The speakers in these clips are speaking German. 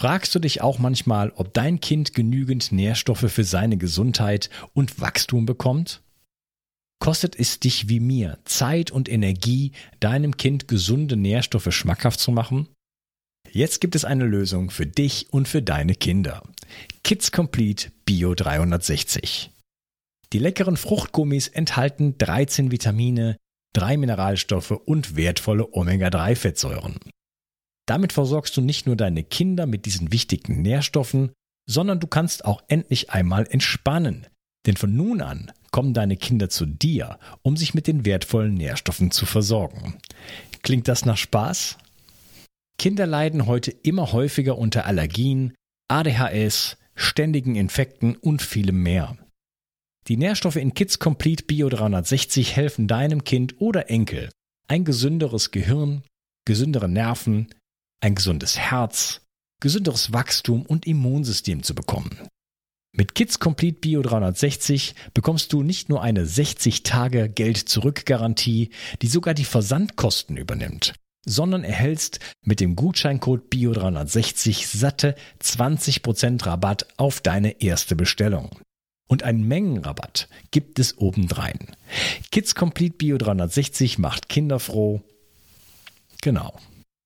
Fragst du dich auch manchmal, ob dein Kind genügend Nährstoffe für seine Gesundheit und Wachstum bekommt? Kostet es dich wie mir Zeit und Energie, deinem Kind gesunde Nährstoffe schmackhaft zu machen? Jetzt gibt es eine Lösung für dich und für deine Kinder. Kids Complete Bio 360. Die leckeren Fruchtgummis enthalten 13 Vitamine, 3 Mineralstoffe und wertvolle Omega-3-Fettsäuren. Damit versorgst du nicht nur deine Kinder mit diesen wichtigen Nährstoffen, sondern du kannst auch endlich einmal entspannen. Denn von nun an kommen deine Kinder zu dir, um sich mit den wertvollen Nährstoffen zu versorgen. Klingt das nach Spaß? Kinder leiden heute immer häufiger unter Allergien, ADHS, ständigen Infekten und vielem mehr. Die Nährstoffe in Kids Complete Bio 360 helfen deinem Kind oder Enkel, ein gesünderes Gehirn, gesündere Nerven, ein gesundes Herz, gesünderes Wachstum und Immunsystem zu bekommen. Mit Kids Complete Bio 360 bekommst du nicht nur eine 60-Tage-Geld-Zurück-Garantie, die sogar die Versandkosten übernimmt, sondern erhältst mit dem Gutscheincode Bio 360 satte 20% Rabatt auf deine erste Bestellung. Und einen Mengenrabatt gibt es obendrein. Kids Complete Bio 360 macht Kinder froh. Genau.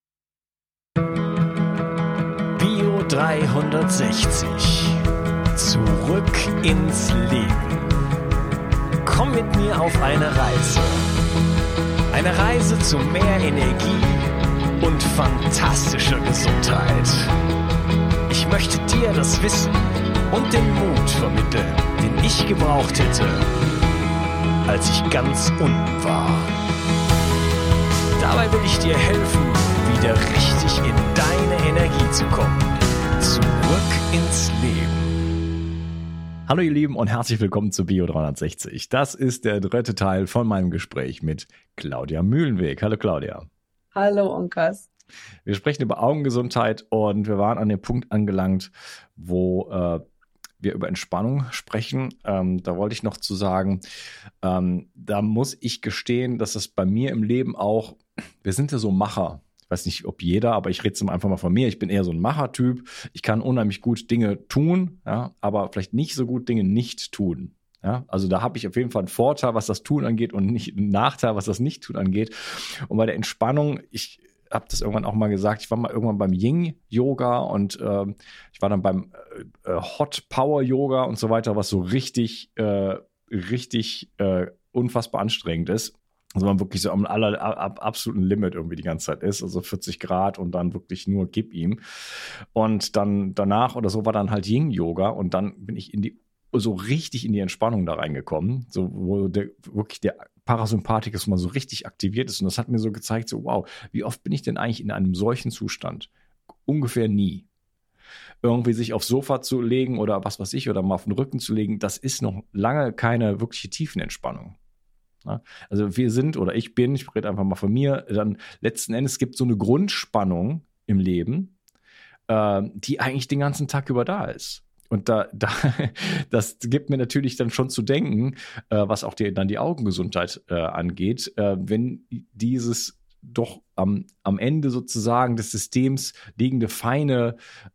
Bio 360. Zurück ins Leben. Komm mit mir auf eine Reise. Eine Reise zu mehr Energie und fantastischer Gesundheit. Ich möchte dir das Wissen und den Mut vermitteln, den ich gebraucht hätte, als ich ganz unten war. Dabei will ich dir helfen, wieder richtig in deine Energie zu kommen. Zurück ins Leben. Hallo ihr Lieben und herzlich willkommen zu Bio 360. Das ist der dritte Teil von meinem Gespräch mit Claudia Mühlenweg. Hallo Claudia. Hallo Unkas. Wir sprechen über Augengesundheit und wir waren an dem Punkt angelangt, wo wir über Entspannung sprechen. Da wollte ich noch zu sagen, da muss ich gestehen, dass das bei mir im Leben auch, wir sind ja so Macher. Ich weiß nicht, ob jeder, aber ich rede jetzt einfach mal von mir. Ich bin eher so ein Machertyp. Ich kann unheimlich gut Dinge tun, ja, aber vielleicht nicht so gut Dinge nicht tun. Ja, also da habe ich auf jeden Fall einen Vorteil, was das Tun angeht und nicht einen Nachteil, was das Nicht-Tun angeht. Und bei der Entspannung, ich habe das irgendwann auch mal gesagt, ich war mal irgendwann beim Yin-Yoga und ich war dann beim Hot Power Yoga und so weiter, was so richtig unfassbar anstrengend ist. Also man wirklich so am absoluten Limit irgendwie die ganze Zeit ist, also 40 Grad und dann wirklich nur gib ihm. Und dann danach oder so war dann halt Yin-Yoga und dann bin ich so richtig in die Entspannung da reingekommen, so wo wirklich der Parasympathikus mal so richtig aktiviert ist. Und das hat mir so gezeigt, so wow, wie oft bin ich denn eigentlich in einem solchen Zustand? Ungefähr nie. Irgendwie sich aufs Sofa zu legen oder was weiß ich, oder mal auf den Rücken zu legen, das ist noch lange keine wirkliche Tiefenentspannung. Ja? Also ich rede einfach mal von mir, dann letzten Endes gibt es so eine Grundspannung im Leben, die eigentlich den ganzen Tag über da ist. Und das gibt mir natürlich dann schon zu denken, was auch dann die Augengesundheit angeht, wenn dieses doch am Ende sozusagen des Systems liegende feine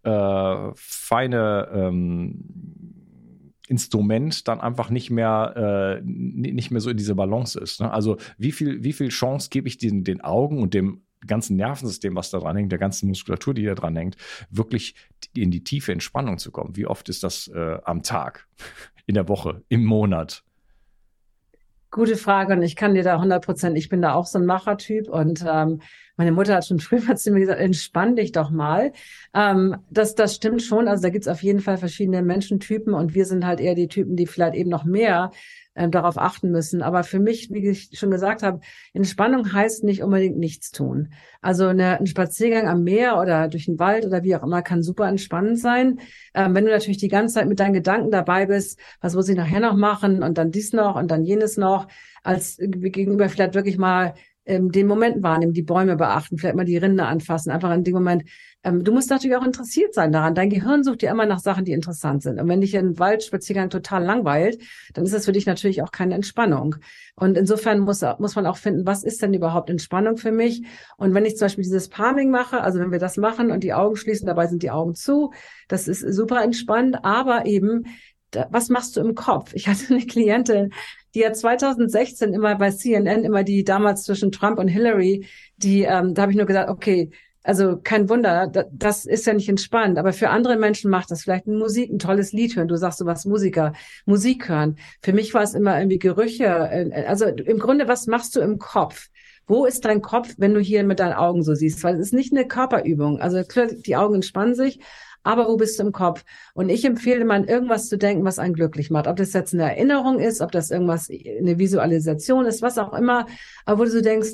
Instrument dann einfach nicht mehr so in diese Balance ist. Ne? Also wie viel Chance gebe ich den Augen und dem ganzen Nervensystem, was da dran hängt, der ganzen Muskulatur, die da dran hängt, wirklich in die tiefe Entspannung zu kommen? Wie oft ist das am Tag, in der Woche, im Monat? Gute Frage und ich kann dir da 100%, ich bin da auch so ein Machertyp und meine Mutter hat schon früher mal zu mir gesagt, entspann dich doch mal. Das stimmt schon, also da gibt's auf jeden Fall verschiedene Menschentypen und wir sind halt eher die Typen, die vielleicht eben noch mehr darauf achten müssen. Aber für mich, wie ich schon gesagt habe, Entspannung heißt nicht unbedingt nichts tun. Also ein Spaziergang am Meer oder durch den Wald oder wie auch immer kann super entspannend sein. Wenn du natürlich die ganze Zeit mit deinen Gedanken dabei bist, was muss ich nachher noch machen und dann dies noch und dann jenes noch, als gegenüber vielleicht wirklich mal den Moment wahrnehmen, die Bäume beachten, vielleicht mal die Rinde anfassen, einfach in dem Moment. Du musst natürlich auch interessiert sein daran. Dein Gehirn sucht ja immer nach Sachen, die interessant sind. Und wenn dich ein Waldspaziergang total langweilt, dann ist das für dich natürlich auch keine Entspannung. Und insofern muss man auch finden, was ist denn überhaupt Entspannung für mich? Und wenn ich zum Beispiel dieses Palming mache, also wenn wir das machen und die Augen schließen, dabei sind die Augen zu, das ist super entspannt, aber eben, was machst du im Kopf? Ich hatte eine Klientin, die ja 2016 immer bei CNN, immer die damals zwischen Trump und Hillary, da habe ich nur gesagt, okay, also kein Wunder, das ist ja nicht entspannt, aber für andere Menschen macht das vielleicht Musik, ein tolles Lied hören. Du sagst, du warst Musiker, Musik hören. Für mich war es immer irgendwie Gerüche. Also im Grunde, was machst du im Kopf? Wo ist dein Kopf, wenn du hier mit deinen Augen so siehst? Weil es ist nicht eine Körperübung. Also klar, die Augen entspannen sich, aber wo bist du im Kopf? Und ich empfehle mal, an irgendwas zu denken, was einen glücklich macht. Ob das jetzt eine Erinnerung ist, ob das irgendwas, eine Visualisation ist, was auch immer, aber wo du so denkst,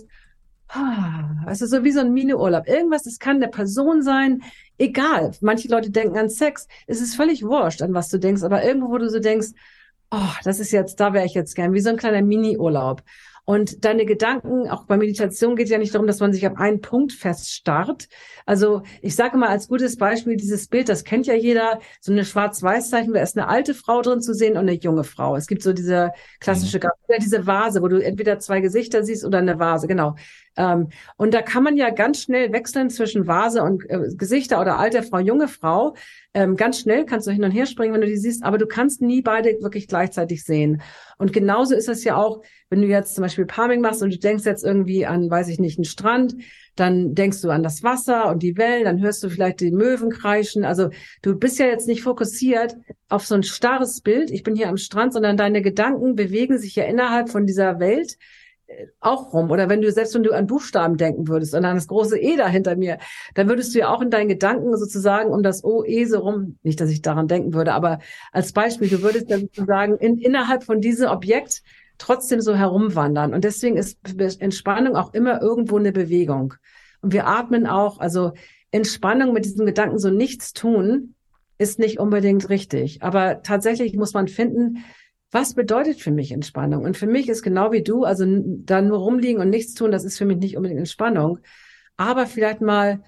also so wie so ein Mini-Urlaub. Irgendwas, das kann eine Person sein, egal. Manche Leute denken an Sex. Es ist völlig wurscht, an was du denkst, aber irgendwo, wo du so denkst, das ist jetzt, da wäre ich jetzt gern, wie so ein kleiner Mini-Urlaub. Und deine Gedanken, auch bei Meditation geht es ja nicht darum, dass man sich auf einen Punkt feststarrt. Also ich sage mal als gutes Beispiel dieses Bild, das kennt ja jeder, so eine Schwarz-Weiß-Zeichen, da ist eine alte Frau drin zu sehen und eine junge Frau. Es gibt so diese klassische, diese Vase, wo du entweder zwei Gesichter siehst oder eine Vase, genau. Und da kann man ja ganz schnell wechseln zwischen Vase und Gesichter oder alte Frau, junge Frau. Ganz schnell kannst du hin und her springen, wenn du die siehst, aber du kannst nie beide wirklich gleichzeitig sehen. Und genauso ist es ja auch, wenn du jetzt zum Beispiel Palming machst und du denkst jetzt irgendwie an, weiß ich nicht, einen Strand, dann denkst du an das Wasser und die Wellen, dann hörst du vielleicht die Möwen kreischen. Also du bist ja jetzt nicht fokussiert auf so ein starres Bild, ich bin hier am Strand, sondern deine Gedanken bewegen sich ja innerhalb von dieser Welt auch rum. Oder selbst wenn du an Buchstaben denken würdest und an das große E da hinter mir, dann würdest du ja auch in deinen Gedanken sozusagen um das O, E so rum, nicht, dass ich daran denken würde, aber als Beispiel, du würdest dann sozusagen innerhalb von diesem Objekt trotzdem so herumwandern. Und deswegen ist Entspannung auch immer irgendwo eine Bewegung. Und wir atmen auch, also Entspannung mit diesem Gedanken so nichts tun, ist nicht unbedingt richtig. Aber tatsächlich muss man finden, was bedeutet für mich Entspannung? Und für mich ist genau wie du, also da nur rumliegen und nichts tun, das ist für mich nicht unbedingt Entspannung. Aber vielleicht mal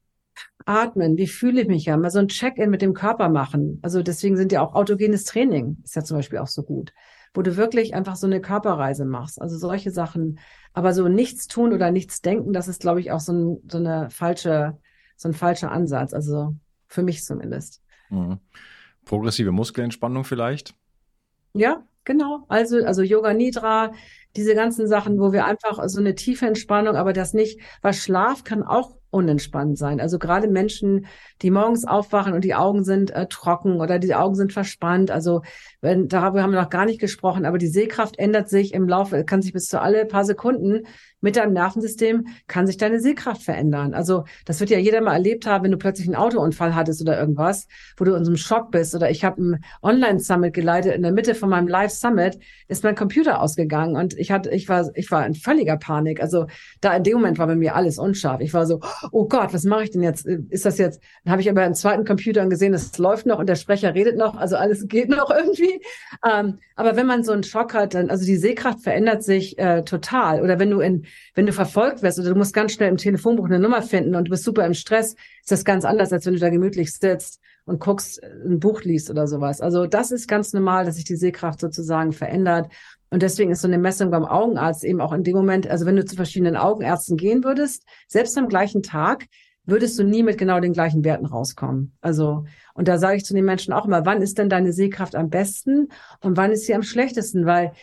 atmen, wie fühle ich mich ja? Mal so ein Check-in mit dem Körper machen. Also deswegen sind ja auch autogenes Training, ist ja zum Beispiel auch so gut, wo du wirklich einfach so eine Körperreise machst. Also solche Sachen. Aber so nichts tun oder nichts denken, das ist, glaube ich, auch so ein falscher Ansatz. Also für mich zumindest. Mhm. Progressive Muskelentspannung vielleicht? Ja, genau. Also Yoga Nidra, diese ganzen Sachen, wo wir einfach so eine tiefe Entspannung, aber das nicht, weil Schlaf kann auch unentspannt sein. Also gerade Menschen, die morgens aufwachen und die Augen sind trocken oder die Augen sind verspannt. Also darüber haben wir noch gar nicht gesprochen, aber die Sehkraft ändert sich im Laufe, kann sich bis zu alle paar Sekunden mit deinem Nervensystem kann sich deine Sehkraft verändern. Also das wird ja jeder mal erlebt haben, wenn du plötzlich einen Autounfall hattest oder irgendwas, wo du in so einem Schock bist. Oder ich habe einen Online-Summit geleitet. In der Mitte von meinem Live-Summit ist mein Computer ausgegangen und ich war in völliger Panik. Also da in dem Moment war bei mir alles unscharf. Ich war so, oh Gott, was mache ich denn jetzt? Ist das jetzt? Dann habe ich aber einen zweiten Computer gesehen, es läuft noch und der Sprecher redet noch. Also alles geht noch irgendwie. Aber wenn man so einen Schock hat, dann, also die Sehkraft verändert sich total. Oder wenn du verfolgt wirst oder du musst ganz schnell im Telefonbuch eine Nummer finden und du bist super im Stress, ist das ganz anders, als wenn du da gemütlich sitzt und guckst, ein Buch liest oder sowas. Also das ist ganz normal, dass sich die Sehkraft sozusagen verändert. Und deswegen ist so eine Messung beim Augenarzt eben auch in dem Moment, also wenn du zu verschiedenen Augenärzten gehen würdest, selbst am gleichen Tag, würdest du nie mit genau den gleichen Werten rauskommen. Also, und da sage ich zu den Menschen auch immer, wann ist denn deine Sehkraft am besten und wann ist sie am schlechtesten? Weil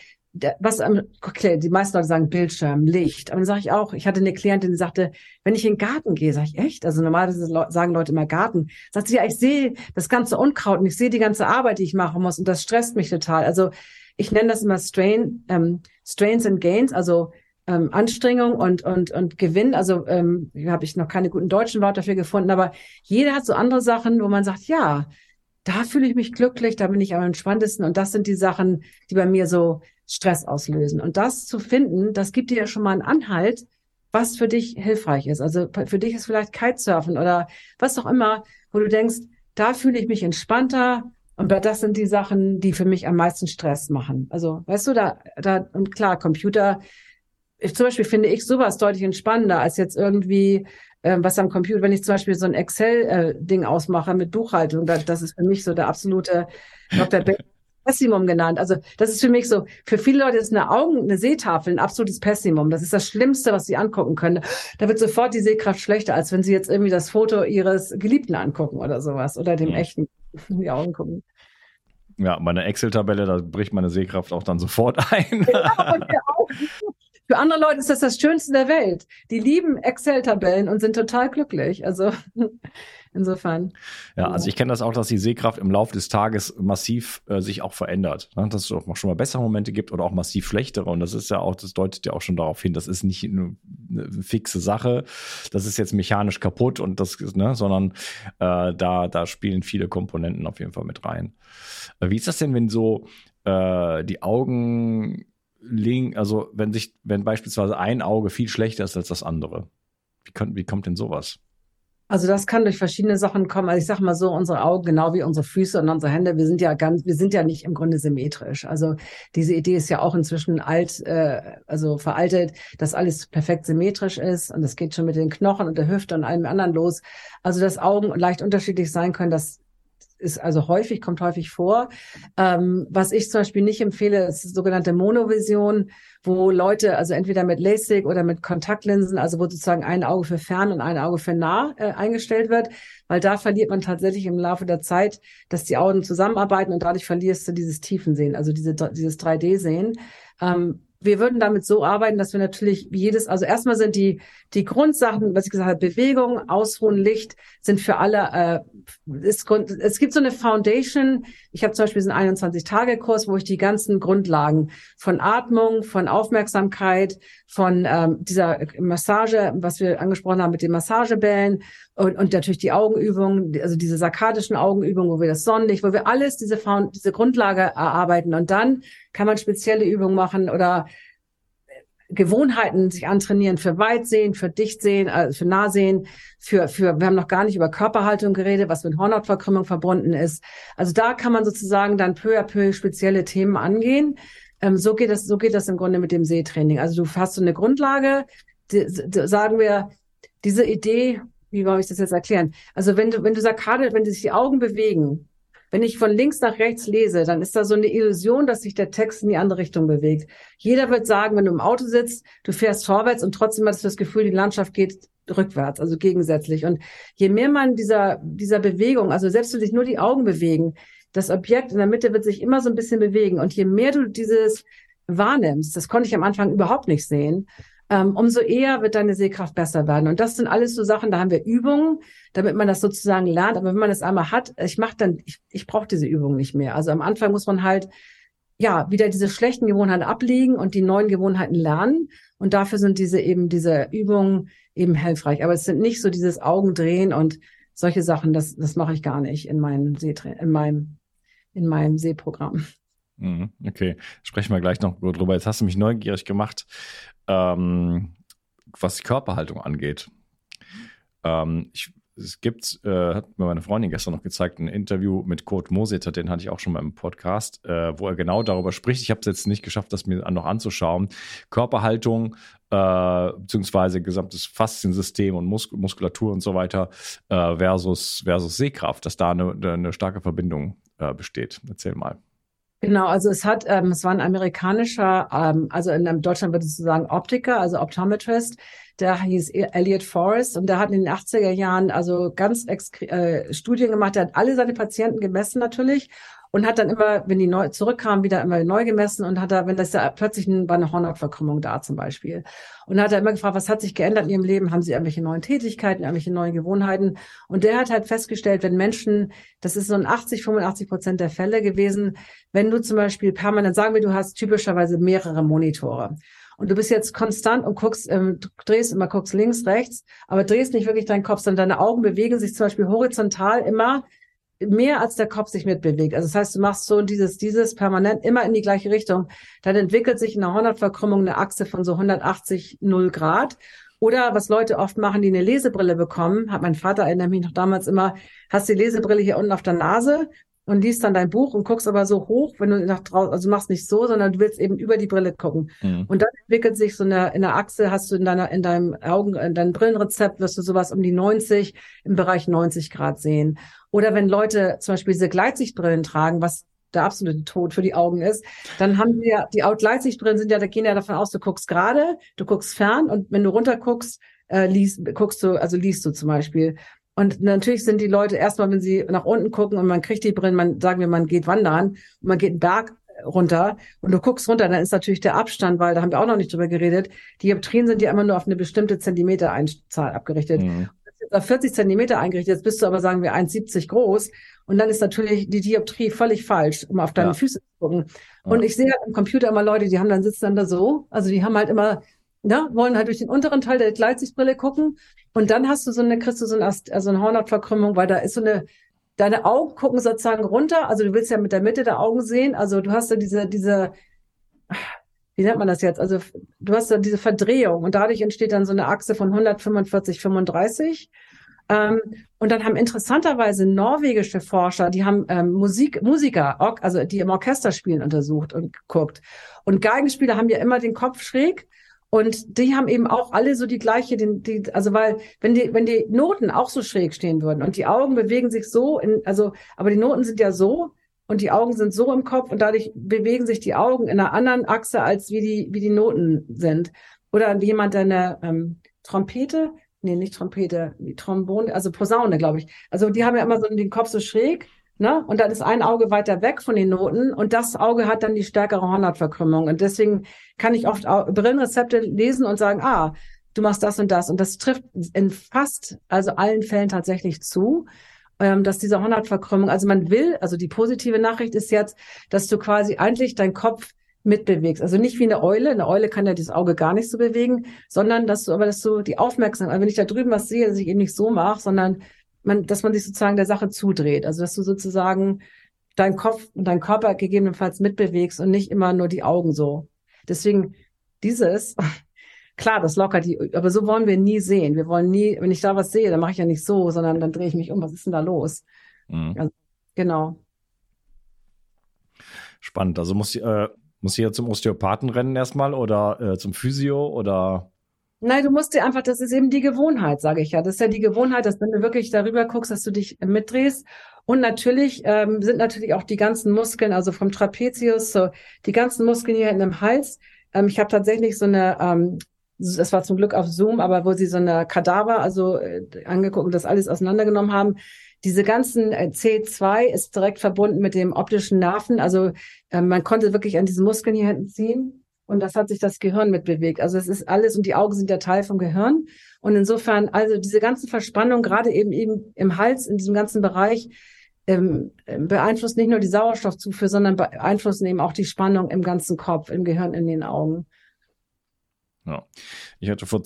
die meisten Leute sagen Bildschirm, Licht. Aber dann sage ich auch, ich hatte eine Klientin, die sagte, wenn ich in den Garten gehe, sage ich, echt? Also normalerweise sagen Leute immer Garten. Sagt sie, ja, ich sehe das ganze Unkraut und ich sehe die ganze Arbeit, die ich machen muss und das stresst mich total. Also ich nenne das immer Strains and Gains, also Anstrengung und Gewinn. Also habe ich noch keine guten deutschen Worte dafür gefunden, aber jeder hat so andere Sachen, wo man sagt, ja, da fühle ich mich glücklich, da bin ich am entspanntesten und das sind die Sachen, die bei mir so Stress auslösen. Und das zu finden, das gibt dir ja schon mal einen Anhalt, was für dich hilfreich ist. Also für dich ist vielleicht Kitesurfen oder was auch immer, wo du denkst, da fühle ich mich entspannter und das sind die Sachen, die für mich am meisten Stress machen. Also weißt du, und klar, Computer zum Beispiel finde ich sowas deutlich entspannender als jetzt irgendwie was am Computer, wenn ich zum Beispiel so ein Excel-Ding ausmache mit Buchhaltung, das ist für mich so der absolute Dr. Pessimum genannt. Also das ist für mich so, für viele Leute ist eine Sehtafel ein absolutes Pessimum. Das ist das Schlimmste, was sie angucken können. Da wird sofort die Sehkraft schlechter, als wenn sie jetzt irgendwie das Foto ihres Geliebten angucken oder sowas oder dem echten in die Augen gucken. Ja, meine Excel-Tabelle, da bricht meine Sehkraft auch dann sofort ein. Ja, und wir auch. Für andere Leute ist das Schönste der Welt. Die lieben Excel-Tabellen und sind total glücklich. Also insofern. Ja, also ich kenne das auch, dass die Sehkraft im Laufe des Tages massiv sich auch verändert. Ne? Dass es auch schon mal bessere Momente gibt oder auch massiv schlechtere. Und das ist ja auch, das deutet ja auch schon darauf hin, das ist nicht eine fixe Sache. Das ist jetzt mechanisch kaputt und das, ne, sondern da spielen viele Komponenten auf jeden Fall mit rein. Wie ist das denn, wenn so die Augen also wenn beispielsweise ein Auge viel schlechter ist als das andere? Wie kommt denn sowas? Also das kann durch verschiedene Sachen kommen. Also ich sage mal so, unsere Augen, genau wie unsere Füße und unsere Hände, wir sind ja nicht im Grunde symmetrisch. Also diese Idee ist ja auch inzwischen also veraltet, dass alles perfekt symmetrisch ist und das geht schon mit den Knochen und der Hüfte und allem anderen los. Also dass Augen leicht unterschiedlich sein können, das kommt häufig vor. Was ich zum Beispiel nicht empfehle, ist die sogenannte Monovision, wo Leute also entweder mit LASIK oder mit Kontaktlinsen, also wo sozusagen ein Auge für fern und ein Auge für nah eingestellt wird, weil da verliert man tatsächlich im Laufe der Zeit, dass die Augen zusammenarbeiten und dadurch verlierst du dieses Tiefensehen, also dieses 3D-Sehen. Wir würden damit so arbeiten, dass wir natürlich also erstmal sind die Grundsachen, was ich gesagt habe, Bewegung, Ausruhen, Licht, sind für alle, es gibt so eine Foundation. Ich habe zum Beispiel so einen 21-Tage-Kurs, wo ich die ganzen Grundlagen von Atmung, von Aufmerksamkeit, von dieser Massage, was wir angesprochen haben mit den Massagebällen und natürlich die Augenübungen, also diese sarkadischen Augenübungen, wo wir das Sonnenlicht, wo wir alles diese Grundlage erarbeiten und dann kann man spezielle Übungen machen oder Gewohnheiten sich antrainieren für Weitsehen, für Dichtsehen, für Nahsehen, wir haben noch gar nicht über Körperhaltung geredet, was mit Hornhautverkrümmung verbunden ist. Also da kann man sozusagen dann peu à peu spezielle Themen angehen. So geht das im Grunde mit dem Sehtraining. Also du hast so eine Grundlage, sagen wir, diese Idee, wie soll ich das jetzt erklären? Also wenn sich die Augen bewegen, wenn ich von links nach rechts lese, dann ist da so eine Illusion, dass sich der Text in die andere Richtung bewegt. Jeder wird sagen, wenn du im Auto sitzt, du fährst vorwärts und trotzdem hast du das Gefühl, die Landschaft geht rückwärts, also gegensätzlich. Und je mehr man dieser Bewegung, also selbst wenn sich nur die Augen bewegen, das Objekt in der Mitte wird sich immer so ein bisschen bewegen. Und je mehr du dieses wahrnimmst, das konnte ich am Anfang überhaupt nicht sehen, umso eher wird deine Sehkraft besser werden. Und das sind alles so Sachen, da haben wir Übungen, damit man das sozusagen lernt. Aber wenn man das einmal hat, ich brauche diese Übung nicht mehr. Also am Anfang muss man halt, ja, wieder diese schlechten Gewohnheiten ablegen und die neuen Gewohnheiten lernen. Und dafür sind diese Übungen eben hilfreich. Aber es sind nicht so dieses Augendrehen und solche Sachen, das mache ich gar nicht in meinem Sehprogramm. Okay, sprechen wir gleich noch drüber. Jetzt hast du mich neugierig gemacht, was die Körperhaltung angeht. Hat mir meine Freundin gestern noch gezeigt, ein Interview mit Kurt Moseter, den hatte ich auch schon mal im Podcast, wo er genau darüber spricht. Ich habe es jetzt nicht geschafft, das mir noch anzuschauen. Körperhaltung beziehungsweise gesamtes Fasziensystem und Muskulatur und so weiter versus Sehkraft, dass da eine starke Verbindung besteht. Erzähl mal. Genau, also es war ein amerikanischer, also in Deutschland würde ich sagen Optiker, also Optometrist, der hieß Elliot Forrest und der hat in den 80er Jahren also ganz Studien gemacht, der hat alle seine Patienten gemessen natürlich und hat dann immer, wenn die neu zurückkamen, wieder immer neu gemessen und wenn das da plötzlich war eine Hornhautverkrümmung da zum Beispiel. Und dann hat er immer gefragt, was hat sich geändert in ihrem Leben? Haben sie irgendwelche neuen Tätigkeiten, irgendwelche neuen Gewohnheiten? Und der hat halt festgestellt, wenn Menschen, das ist so in 85% der Fälle gewesen, wenn du zum Beispiel permanent, sagen wir, du hast typischerweise mehrere Monitore. Und du bist jetzt konstant und guckst links, rechts, aber drehst nicht wirklich deinen Kopf, sondern deine Augen bewegen sich zum Beispiel horizontal immer mehr als der Kopf sich mitbewegt. Also das heißt, du machst so dieses permanent immer in die gleiche Richtung. Dann entwickelt sich in der Hornhautverkrümmung eine Achse von so 180,0 Grad. Oder was Leute oft machen, die eine Lesebrille bekommen, hat mein Vater, erinnert mich noch damals immer, hast die Lesebrille hier unten auf der Nase und liest dann dein Buch und guckst aber so hoch, wenn du nach draußen, also machst nicht so, sondern du willst eben über die Brille gucken. Und dann entwickelt sich so in der Achse, hast du in deinem Augen, in deinem Brillenrezept wirst du sowas um die 90, im Bereich 90 Grad sehen. Oder wenn Leute zum Beispiel diese Gleitsichtbrillen tragen, was der absolute Tod für die Augen ist, dann haben wir ja, die Gleitsichtbrillen sind ja, da gehen ja davon aus, du guckst gerade, du guckst fern und wenn du runter guckst, liest du zum Beispiel. Und natürlich sind die Leute erstmal, wenn sie nach unten gucken und man kriegt die Brillen, sagen wir, man geht wandern und man geht einen Berg runter und du guckst runter, dann ist natürlich der Abstand, weil da haben wir auch noch nicht drüber geredet, die Dioptrien sind ja immer nur auf eine bestimmte Zentimeter-Einzahl abgerichtet. Auf 40 Zentimeter eingerichtet, jetzt bist du aber, sagen wir, 1,70 groß und dann ist natürlich die Dioptrie völlig falsch, um auf deine Füße zu gucken. Und ich sehe halt im Computer immer Leute, sitzen dann da so, also die haben halt immer, wollen halt durch den unteren Teil der Gleitsichtbrille gucken und dann kriegst du so eine Hornhautverkrümmung, weil da ist deine Augen gucken sozusagen runter, also du willst ja mit der Mitte der Augen sehen, also du hast ja diese wie nennt man das jetzt? Also du hast da diese Verdrehung und dadurch entsteht dann so eine Achse von 145, 35. Und dann haben interessanterweise norwegische Forscher, die haben Musiker, also die im Orchester spielen, untersucht und geguckt. Und Geigenspieler haben ja immer den Kopf schräg und die haben eben auch alle so die gleiche, also weil wenn die Noten auch so schräg stehen würden und die Augen bewegen sich so, aber die Noten sind ja so, und die Augen sind so im Kopf und dadurch bewegen sich die Augen in einer anderen Achse, als wie die Noten sind. Oder jemand, der eine Trompete, nee, nicht Trompete, die Trombone, also Posaune, glaube ich. Also die haben ja immer so den Kopf so schräg, ne? Und dann ist ein Auge weiter weg von den Noten und das Auge hat dann die stärkere Hornhautverkrümmung. Und deswegen kann ich oft auch Brillenrezepte lesen und sagen, du machst das und das. Und das trifft in fast, also allen Fällen tatsächlich zu, dass diese Hornhautverkrümmung, also die positive Nachricht ist jetzt, dass du quasi eigentlich deinen Kopf mitbewegst. Also nicht wie eine Eule. Eine Eule kann ja dieses Auge gar nicht so bewegen, sondern dass du die Aufmerksamkeit, also wenn ich da drüben was sehe, dass ich eben nicht so mache, sondern dass man sich sozusagen der Sache zudreht. Also dass du sozusagen deinen Kopf und deinen Körper gegebenenfalls mitbewegst und nicht immer nur die Augen so. Deswegen klar, das lockert aber so wollen wir nie sehen. Wir wollen nie, wenn ich da was sehe, dann mache ich ja nicht so, sondern dann drehe ich mich um. Was ist denn da los? Also, genau. Spannend. Also muss ich jetzt zum Osteopathen rennen erstmal oder zum Physio oder? Nein, du musst dir einfach, das ist eben die Gewohnheit, sage ich ja. Das ist ja die Gewohnheit, dass wenn du wirklich darüber guckst, dass du dich mitdrehst. Und natürlich sind natürlich auch die ganzen Muskeln, also vom Trapezius, so die ganzen Muskeln hier hinten im Hals. Ich habe tatsächlich so eine das war zum Glück auf Zoom, aber wo sie so eine Kadaver, angeguckt und das alles auseinandergenommen haben. Diese ganzen C2 ist direkt verbunden mit dem optischen Nerven. Also man konnte wirklich an diesen Muskeln hier hinten ziehen und das hat sich das Gehirn mitbewegt. Also es ist alles und die Augen sind ja Teil vom Gehirn. Und insofern, also diese ganzen Verspannungen, gerade eben im Hals, in diesem ganzen Bereich, beeinflusst nicht nur die Sauerstoffzufuhr, sondern beeinflussen eben auch die Spannung im ganzen Kopf, im Gehirn, in den Augen. Ja, ich hatte vor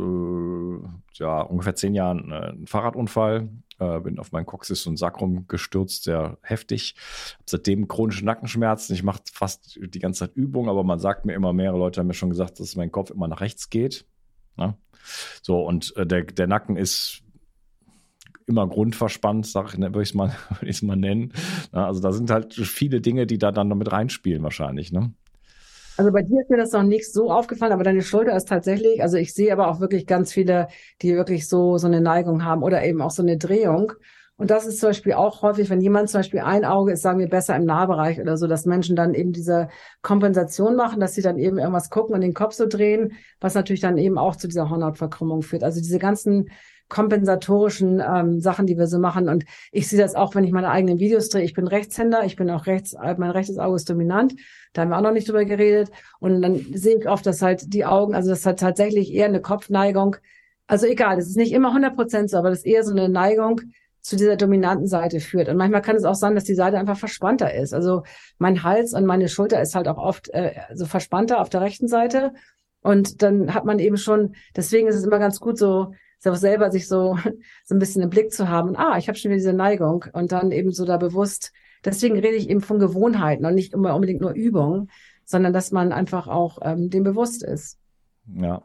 ungefähr 10 Jahren einen Fahrradunfall, bin auf meinen Coccyx und Sacrum gestürzt, sehr heftig. Hab seitdem chronische Nackenschmerzen. Ich mache fast die ganze Zeit Übungen, aber man sagt mir immer, mehrere Leute haben mir schon gesagt, dass mein Kopf immer nach rechts geht. Ne? So, und der Nacken ist immer grundverspannt, würde ich es mal nennen. Ja, also da sind halt viele Dinge, die da dann noch mit reinspielen wahrscheinlich, ne? Also bei dir ist mir das noch nicht so aufgefallen, aber deine Schulter ist tatsächlich, also ich sehe aber auch wirklich ganz viele, die wirklich so eine Neigung haben oder eben auch so eine Drehung. Und das ist zum Beispiel auch häufig, wenn jemand zum Beispiel ein Auge ist, sagen wir besser im Nahbereich oder so, dass Menschen dann eben diese Kompensation machen, dass sie dann eben irgendwas gucken und den Kopf so drehen, was natürlich dann eben auch zu dieser Hornhautverkrümmung führt. Also diese ganzen kompensatorischen Sachen, die wir so machen. Und ich sehe das auch, wenn ich meine eigenen Videos drehe. Ich bin Rechtshänder, ich bin auch mein rechtes Auge ist dominant. Da haben wir auch noch nicht drüber geredet. Und dann sehe ich oft, dass halt die Augen, also das hat tatsächlich eher eine Kopfneigung. Also egal, das ist nicht immer 100% so, aber das ist eher so eine Neigung zu dieser dominanten Seite führt. Und manchmal kann es auch sein, dass die Seite einfach verspannter ist. Also mein Hals und meine Schulter ist halt auch oft so verspannter auf der rechten Seite. Und dann hat man eben schon, deswegen ist es immer ganz gut, so selber sich so ein bisschen im Blick zu haben. Ich habe schon wieder diese Neigung und dann eben so da bewusst. Deswegen rede ich eben von Gewohnheiten und nicht immer unbedingt nur Übungen, sondern dass man einfach auch dem bewusst ist. Ja,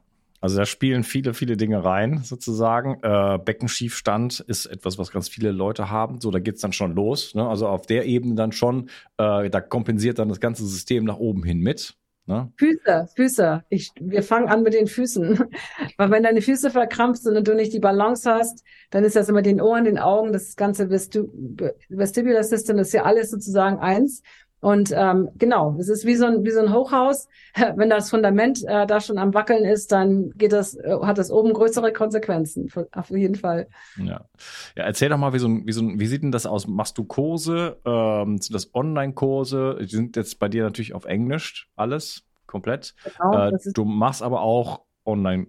Also da spielen viele, viele Dinge rein, sozusagen. Beckenschiefstand ist etwas, was ganz viele Leute haben. So, da geht's dann schon los. Ne? Also auf der Ebene dann schon, da kompensiert dann das ganze System nach oben hin mit. Ne? Füße. Wir fangen an mit den Füßen. Weil wenn deine Füße verkrampft sind und du nicht die Balance hast, dann ist das immer den Ohren, den Augen, das ganze Vestibular System, das ist ja alles sozusagen eins. Und genau, es ist wie so ein Hochhaus. Wenn das Fundament da schon am Wackeln ist, dann hat das oben größere Konsequenzen, auf jeden Fall. Ja, erzähl doch mal, wie sieht denn das aus? Machst du Kurse? Sind das Online-Kurse? Die sind jetzt bei dir natürlich auf Englisch, alles, komplett. Genau, du machst aber auch Online,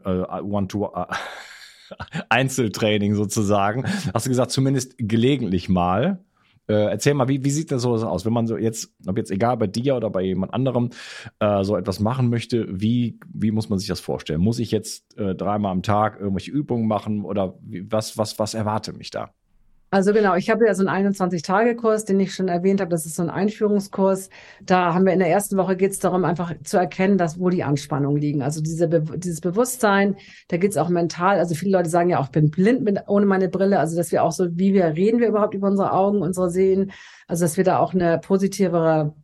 Einzeltraining sozusagen. Hast du gesagt, zumindest gelegentlich mal. Erzähl mal, wie sieht das so aus, wenn man so ob jetzt egal bei dir oder bei jemand anderem so etwas machen möchte, wie muss man sich das vorstellen? Muss ich jetzt 3-mal am Tag irgendwelche Übungen machen oder was erwartet mich da? Also genau, ich habe ja so einen 21-Tage-Kurs, den ich schon erwähnt habe. Das ist so ein Einführungskurs. Da haben wir in der ersten Woche geht es darum, einfach zu erkennen, wo die Anspannungen liegen. Also dieses Bewusstsein, da geht es auch mental. Also viele Leute sagen ja auch, ich bin blind ohne meine Brille. Also dass wir auch so, reden wir überhaupt über unsere Augen, unsere Sehen. Also dass wir da auch eine positivere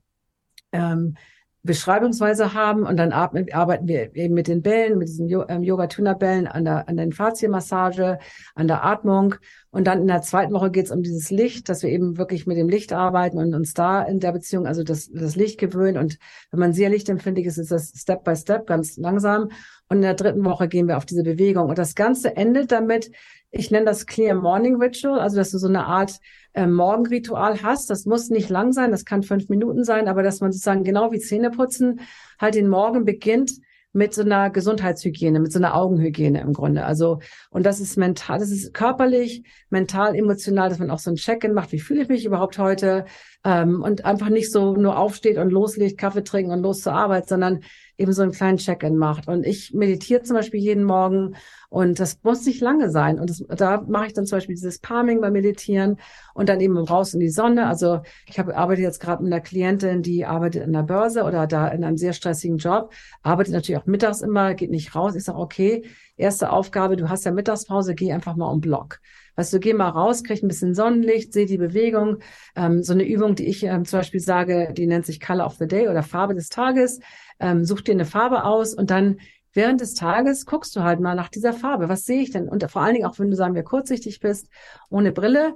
Beschreibungsweise haben und dann arbeiten wir eben mit den Bällen, mit diesen Yoga-Tuna-Bällen an der Faszienmassage, an der Atmung. Und dann in der zweiten Woche geht es um dieses Licht, dass wir eben wirklich mit dem Licht arbeiten und uns da in der Beziehung, also das Licht gewöhnen. Und wenn man sehr lichtempfindlich ist, ist das Step by Step ganz langsam. Und in der dritten Woche gehen wir auf diese Bewegung. Und das Ganze endet damit, ich nenne das Clear Morning Ritual, also dass du so eine Art Morgenritual hast. Das muss nicht lang sein, das kann 5 Minuten sein, aber dass man sozusagen genau wie Zähneputzen halt den Morgen beginnt mit so einer Gesundheitshygiene, mit so einer Augenhygiene im Grunde. Also, und das ist mental, das ist körperlich, mental, emotional, dass man auch so ein Check-in macht, wie fühle ich mich überhaupt heute? Und einfach nicht so nur aufsteht und loslegt, Kaffee trinken und los zur Arbeit, sondern eben so einen kleinen Check-in macht. Und ich meditiere zum Beispiel jeden Morgen und das muss nicht lange sein. Und da mache ich dann zum Beispiel dieses Palming beim Meditieren und dann eben raus in die Sonne. Also ich arbeite jetzt gerade mit einer Klientin, die arbeitet in der Börse oder da in einem sehr stressigen Job, arbeitet natürlich auch mittags immer, geht nicht raus. Ich sage, okay, erste Aufgabe, du hast ja Mittagspause, geh einfach mal um Block. Weißt du, geh mal raus, krieg ein bisschen Sonnenlicht, seh die Bewegung. So eine Übung, die ich zum Beispiel sage, die nennt sich Color of the Day oder Farbe des Tages. Such dir eine Farbe aus und dann während des Tages guckst du halt mal nach dieser Farbe. Was sehe ich denn? Und vor allen Dingen auch, wenn du, sagen wir, kurzsichtig bist, ohne Brille,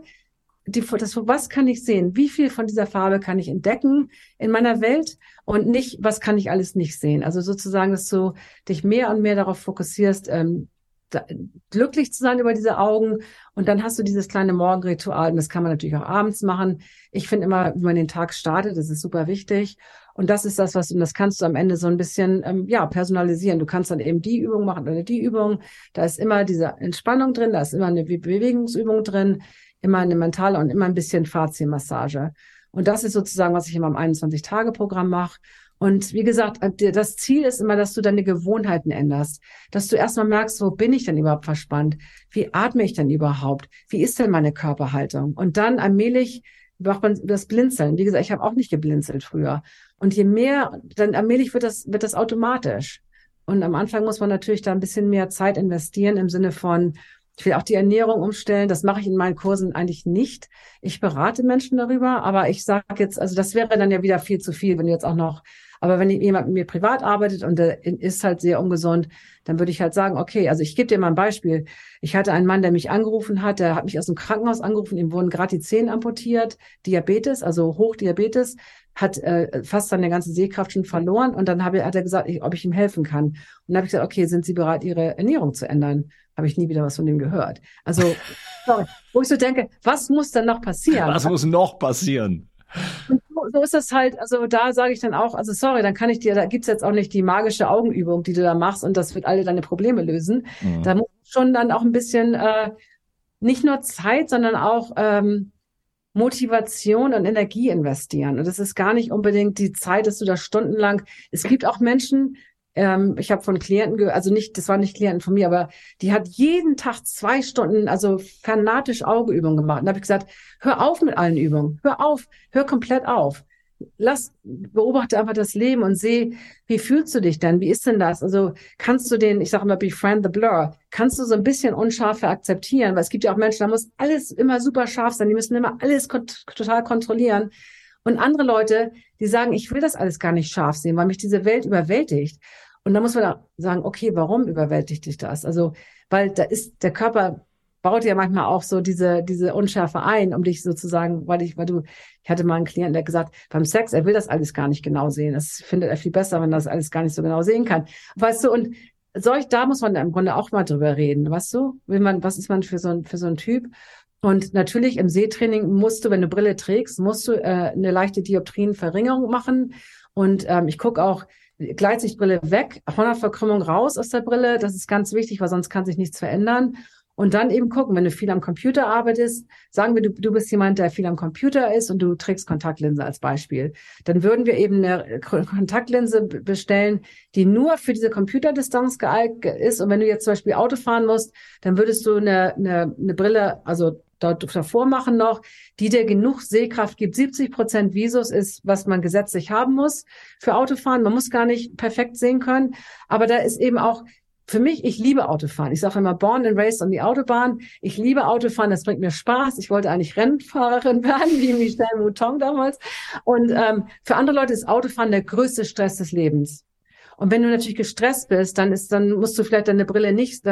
was kann ich sehen? Wie viel von dieser Farbe kann ich entdecken in meiner Welt und nicht, was kann ich alles nicht sehen? Also sozusagen, dass du dich mehr und mehr darauf fokussierst, glücklich zu sein über diese Augen. Und dann hast du dieses kleine Morgenritual. Und das kann man natürlich auch abends machen. Ich finde immer, wie man den Tag startet, das ist super wichtig. Und das ist das, und das kannst du am Ende so ein bisschen, personalisieren. Du kannst dann eben die Übung machen oder die Übung. Da ist immer diese Entspannung drin, da ist immer eine Bewegungsübung drin, immer eine mentale und immer ein bisschen Faszienmassage. Und das ist sozusagen, was ich immer im 21-Tage-Programm mache. Und wie gesagt, das Ziel ist immer, dass du deine Gewohnheiten änderst, dass du erstmal merkst, wo bin ich denn überhaupt verspannt? Wie atme ich denn überhaupt? Wie ist denn meine Körperhaltung? Und dann allmählich macht man das Blinzeln. Wie gesagt, ich habe auch nicht geblinzelt früher. Und je mehr, dann allmählich wird das automatisch. Und am Anfang muss man natürlich da ein bisschen mehr Zeit investieren im Sinne von, ich will auch die Ernährung umstellen. Das mache ich in meinen Kursen eigentlich nicht. Ich berate Menschen darüber, aber ich sage jetzt, also das wäre dann ja wieder viel zu viel, wenn du jetzt auch noch, aber wenn jemand mit mir privat arbeitet und der ist halt sehr ungesund, dann würde ich halt sagen, okay, also ich gebe dir mal ein Beispiel. Ich hatte einen Mann, der mich angerufen hat, der hat mich aus dem Krankenhaus angerufen, ihm wurden gerade die Zähne amputiert, Diabetes, also Hochdiabetes, hat fast seine ganze Sehkraft schon verloren und dann hat er gesagt, ob ich ihm helfen kann. Und dann habe ich gesagt, okay, sind Sie bereit, Ihre Ernährung zu ändern? Habe ich nie wieder was von dem gehört. Also, sorry, wo ich so denke, was muss denn noch passieren? Was muss noch passieren? Und so ist das halt, also da sage ich dann auch, also sorry, dann kann ich dir, da gibt's jetzt auch nicht die magische Augenübung, die du da machst und das wird alle deine Probleme lösen. Mhm. Da muss schon dann auch ein bisschen nicht nur Zeit, sondern auch Motivation und Energie investieren. Und das ist gar nicht unbedingt die Zeit, dass du da stundenlang, es gibt auch Menschen, ich habe von Klienten gehört, also nicht, das waren nicht Klienten von mir, aber die hat jeden Tag 2 Stunden, also fanatisch Augenübungen gemacht. Und da habe ich gesagt, hör auf mit allen Übungen, hör auf, hör komplett auf. beobachte einfach das Leben und sehe, wie fühlst du dich denn? Wie ist denn das? Also kannst du ich sage immer, befriend the blur. Kannst du so ein bisschen Unscharfe akzeptieren? Weil es gibt ja auch Menschen, da muss alles immer super scharf sein. Die müssen immer alles total kontrollieren. Und andere Leute, die sagen, ich will das alles gar nicht scharf sehen, weil mich diese Welt überwältigt. Und da muss man da sagen, okay, warum überwältigt dich das? Also, weil der Körper baut ja manchmal auch so diese Unschärfe ein, um dich sozusagen, ich hatte mal einen Klienten, der gesagt, beim Sex, er will das alles gar nicht genau sehen. Das findet er viel besser, wenn er das alles gar nicht so genau sehen kann. Weißt du, und da muss man im Grunde auch mal drüber reden, weißt du? Was ist man für so ein Typ? Und natürlich im Sehtraining musst du, wenn du Brille trägst, eine leichte Dioptrienverringerung machen. Und ich gucke auch, Gleitsichtbrille weg, 100 Verkrümmung raus aus der Brille. Das ist ganz wichtig, weil sonst kann sich nichts verändern. Und dann eben gucken, wenn du viel am Computer arbeitest, sagen wir, du bist jemand, der viel am Computer ist und du trägst Kontaktlinse als Beispiel. Dann würden wir eben eine Kontaktlinse bestellen, die nur für diese Computerdistanz geeignet ist. Und wenn du jetzt zum Beispiel Auto fahren musst, dann würdest du eine Brille, also dort davor machen noch, die dir genug Sehkraft gibt. 70% Visus ist, was man gesetzlich haben muss für Autofahren. Man muss gar nicht perfekt sehen können. Aber da ist eben auch für mich, ich liebe Autofahren. Ich sage immer, born and raised on die Autobahn. Ich liebe Autofahren, das bringt mir Spaß. Ich wollte eigentlich Rennfahrerin werden, wie Michelle Mouton damals. Und für andere Leute ist Autofahren der größte Stress des Lebens. Und wenn du natürlich gestresst bist, dann musst du vielleicht deine Brille nicht,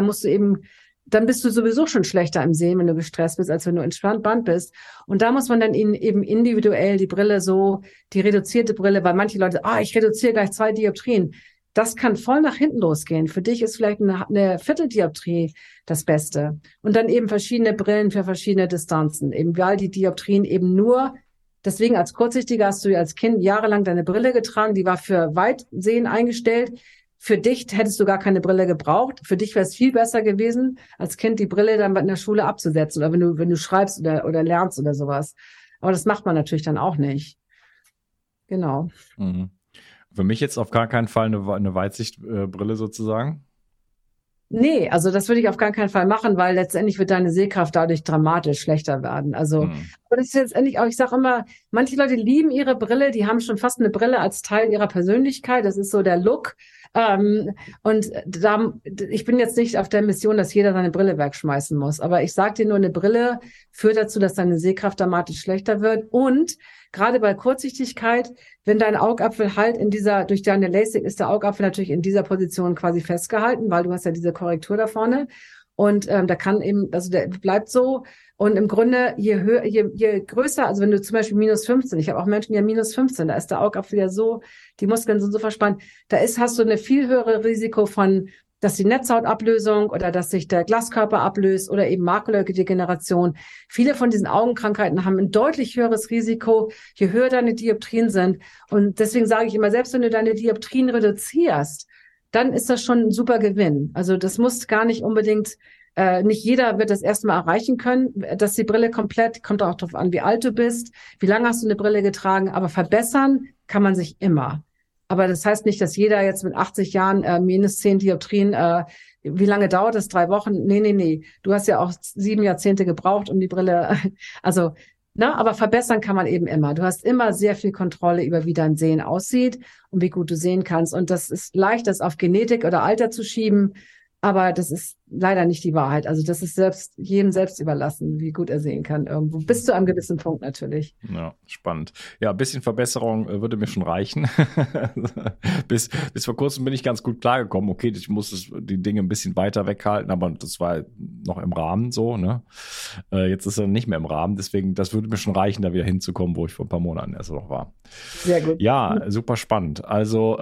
dann bist du sowieso schon schlechter im Sehen, wenn du gestresst bist, als wenn du entspannt bist. Und da muss man dann ihnen eben individuell die Brille die reduzierte Brille, weil manche Leute, ich reduziere gleich 2 Dioptrien. Das kann voll nach hinten losgehen. Für dich ist vielleicht eine Vierteldioptrie das Beste. Und dann eben verschiedene Brillen für verschiedene Distanzen. Eben weil die Dioptrien eben deswegen als Kurzsichtiger hast du ja als Kind jahrelang deine Brille getragen. Die war für Weitsehen eingestellt. Für dich hättest du gar keine Brille gebraucht. Für dich wäre es viel besser gewesen, als Kind die Brille dann in der Schule abzusetzen. Oder wenn du schreibst oder lernst oder sowas. Aber das macht man natürlich dann auch nicht. Genau. Mhm. Für mich jetzt auf gar keinen Fall eine Weitsichtbrille sozusagen? Nee, also das würde ich auf gar keinen Fall machen, weil letztendlich wird deine Sehkraft dadurch dramatisch schlechter werden. Also, aber das ist letztendlich auch, ich sage immer, manche Leute lieben ihre Brille, die haben schon fast eine Brille als Teil ihrer Persönlichkeit. Das ist so der Look. Ich bin jetzt nicht auf der Mission, dass jeder seine Brille wegschmeißen muss. Aber ich sage dir nur, eine Brille führt dazu, dass deine Sehkraft dramatisch schlechter wird. Und gerade bei Kurzsichtigkeit, wenn dein Augapfel halt durch deine LASIK ist der Augapfel natürlich in dieser Position quasi festgehalten, weil du hast ja diese Korrektur da vorne. Und da kann eben, also der bleibt so. Und im Grunde, je größer, also wenn du zum Beispiel -15, ich habe auch Menschen, die haben -15, da ist der Augapfel ja die Muskeln sind so verspannt, hast du eine viel höhere Risiko dass die Netzhautablösung oder dass sich der Glaskörper ablöst oder eben Makuladegeneration. Viele von diesen Augenkrankheiten haben ein deutlich höheres Risiko, je höher deine Dioptrien sind. Und deswegen sage ich immer, selbst wenn du deine Dioptrien reduzierst, dann ist das schon ein super Gewinn. Also das muss gar nicht unbedingt, nicht jeder wird das erstmal erreichen können, dass die Brille kommt auch darauf an, wie alt du bist, wie lange hast du eine Brille getragen, aber verbessern kann man sich immer. Aber das heißt nicht, dass jeder jetzt mit 80 Jahren -10 Dioptrien, wie lange dauert das? 3 Wochen? Nee. Du hast ja auch 7 Jahrzehnte gebraucht, um die Brille, also, aber verbessern kann man eben immer. Du hast immer sehr viel Kontrolle über, wie dein Sehen aussieht und wie gut du sehen kannst. Und das ist leicht, das auf Genetik oder Alter zu schieben. Aber das ist leider nicht die Wahrheit. Also das ist jedem selbst überlassen, wie gut er sehen kann irgendwo. Bis zu einem gewissen Punkt natürlich. Ja, spannend. Ja, ein bisschen Verbesserung würde mir schon reichen. bis vor kurzem bin ich ganz gut klargekommen. Okay, ich muss die Dinge ein bisschen weiter weghalten, aber das war noch im Rahmen so, ne? Jetzt ist er nicht mehr im Rahmen. Deswegen, das würde mir schon reichen, da wieder hinzukommen, wo ich vor ein paar Monaten erst noch war. Sehr gut. Ja, super spannend. Also,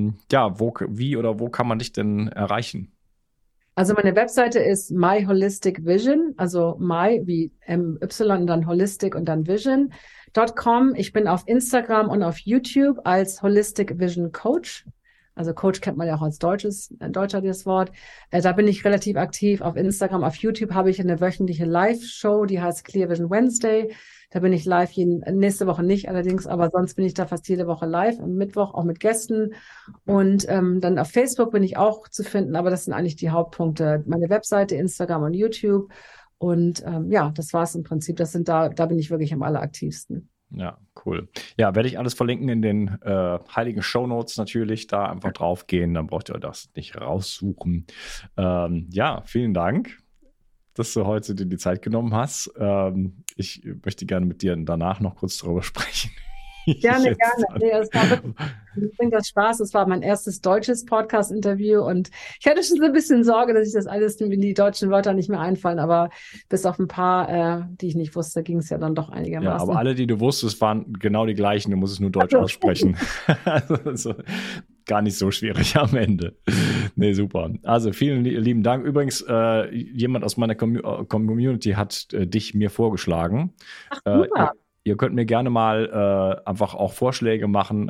wo kann man dich denn erreichen? Also meine Webseite ist My Holistic Vision, also My wie MY, dann Holistic und dann Vision.com. Ich bin auf Instagram und auf YouTube als Holistic Vision Coach. Also Coach kennt man ja auch als Deutscher das Wort. Da bin ich relativ aktiv auf Instagram. Auf YouTube habe ich eine wöchentliche Live-Show, die heißt Clear Vision Wednesday. Da bin ich live, nächste Woche nicht allerdings, aber sonst bin ich da fast jede Woche live, am Mittwoch auch mit Gästen. Und dann auf Facebook bin ich auch zu finden, aber das sind eigentlich die Hauptpunkte. Meine Webseite, Instagram und YouTube. Und das war's im Prinzip. Da bin ich wirklich am alleraktivsten. Ja, cool. Ja, werde ich alles verlinken in den heiligen Shownotes natürlich. Da einfach drauf gehen, dann braucht ihr das nicht raussuchen. Ja, vielen Dank, dass du heute dir die Zeit genommen hast. Ich möchte gerne mit dir danach noch kurz darüber sprechen. Gerne. Nee, es war wirklich, mir bringt das Spaß. Es war mein erstes deutsches Podcast-Interview und ich hatte schon so ein bisschen Sorge, dass ich das alles, wenn die deutschen Wörter nicht mehr einfallen, aber bis auf ein paar, die ich nicht wusste, ging es ja dann doch einigermaßen. Ja, aber alle, die du wusstest, waren genau die gleichen. Du musst es nur Deutsch aussprechen. Also, gar nicht so schwierig am Ende. Nee, super. Also vielen lieben Dank. Übrigens, jemand aus meiner Community hat dich mir vorgeschlagen. Ach, super. Ihr könnt mir gerne mal einfach auch Vorschläge machen,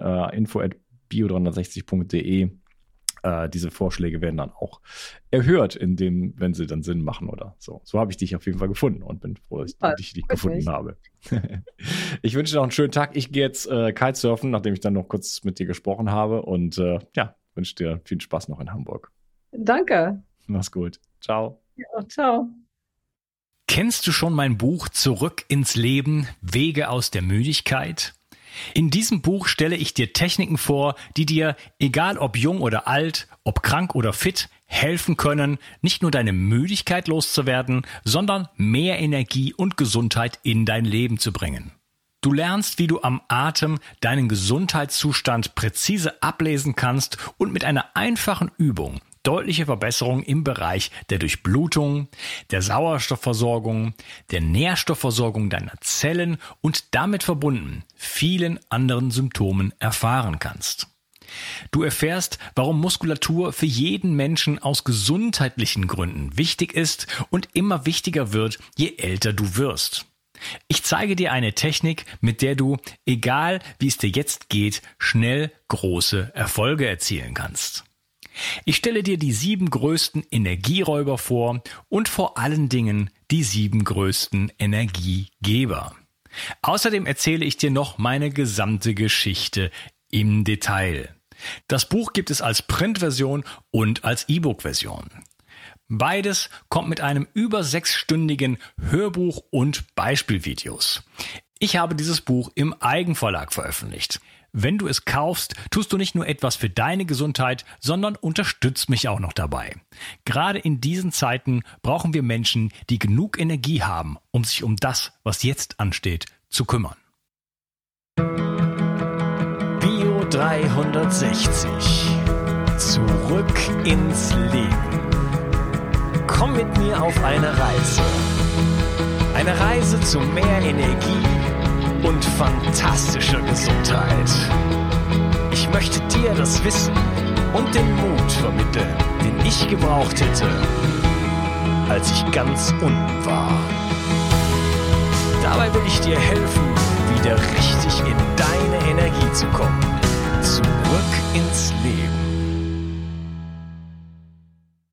info@bio360.de. Diese Vorschläge werden dann auch erhört, wenn sie dann Sinn machen oder so. So habe ich dich auf jeden Fall gefunden und bin froh, dass ich dich gefunden habe. Ich wünsche dir noch einen schönen Tag. Ich gehe jetzt Kitesurfen, nachdem ich dann noch kurz mit dir gesprochen habe und wünsche dir viel Spaß noch in Hamburg. Danke. Mach's gut. Ciao. Ja, ciao. Kennst du schon mein Buch Zurück ins Leben, Wege aus der Müdigkeit? In diesem Buch stelle ich dir Techniken vor, die dir, egal ob jung oder alt, ob krank oder fit, helfen können, nicht nur deine Müdigkeit loszuwerden, sondern mehr Energie und Gesundheit in dein Leben zu bringen. Du lernst, wie du am Atem deinen Gesundheitszustand präzise ablesen kannst und mit einer einfachen Übung deutliche Verbesserungen im Bereich der Durchblutung, der Sauerstoffversorgung, der Nährstoffversorgung deiner Zellen und damit verbunden vielen anderen Symptomen erfahren kannst. Du erfährst, warum Muskulatur für jeden Menschen aus gesundheitlichen Gründen wichtig ist und immer wichtiger wird, je älter du wirst. Ich zeige dir eine Technik, mit der du, egal wie es dir jetzt geht, schnell große Erfolge erzielen kannst. Ich stelle dir die 7 größten Energieräuber vor und vor allen Dingen die 7 größten Energiegeber. Außerdem erzähle ich dir noch meine gesamte Geschichte im Detail. Das Buch gibt es als Printversion und als E-Book-Version. Beides kommt mit einem über 6-stündigen Hörbuch und Beispielvideos. Ich habe dieses Buch im Eigenverlag veröffentlicht. Wenn du es kaufst, tust du nicht nur etwas für deine Gesundheit, sondern unterstützt mich auch noch dabei. Gerade in diesen Zeiten brauchen wir Menschen, die genug Energie haben, um sich um das, was jetzt ansteht, zu kümmern. Bio 360. Zurück ins Leben. Komm mit mir auf eine Reise. Eine Reise zu mehr Energie und fantastischer Gesundheit. Ich möchte dir das Wissen und den Mut vermitteln, den ich gebraucht hätte, als ich ganz unten war. Dabei will ich dir helfen, wieder richtig in deine Energie zu kommen. Zurück ins Leben.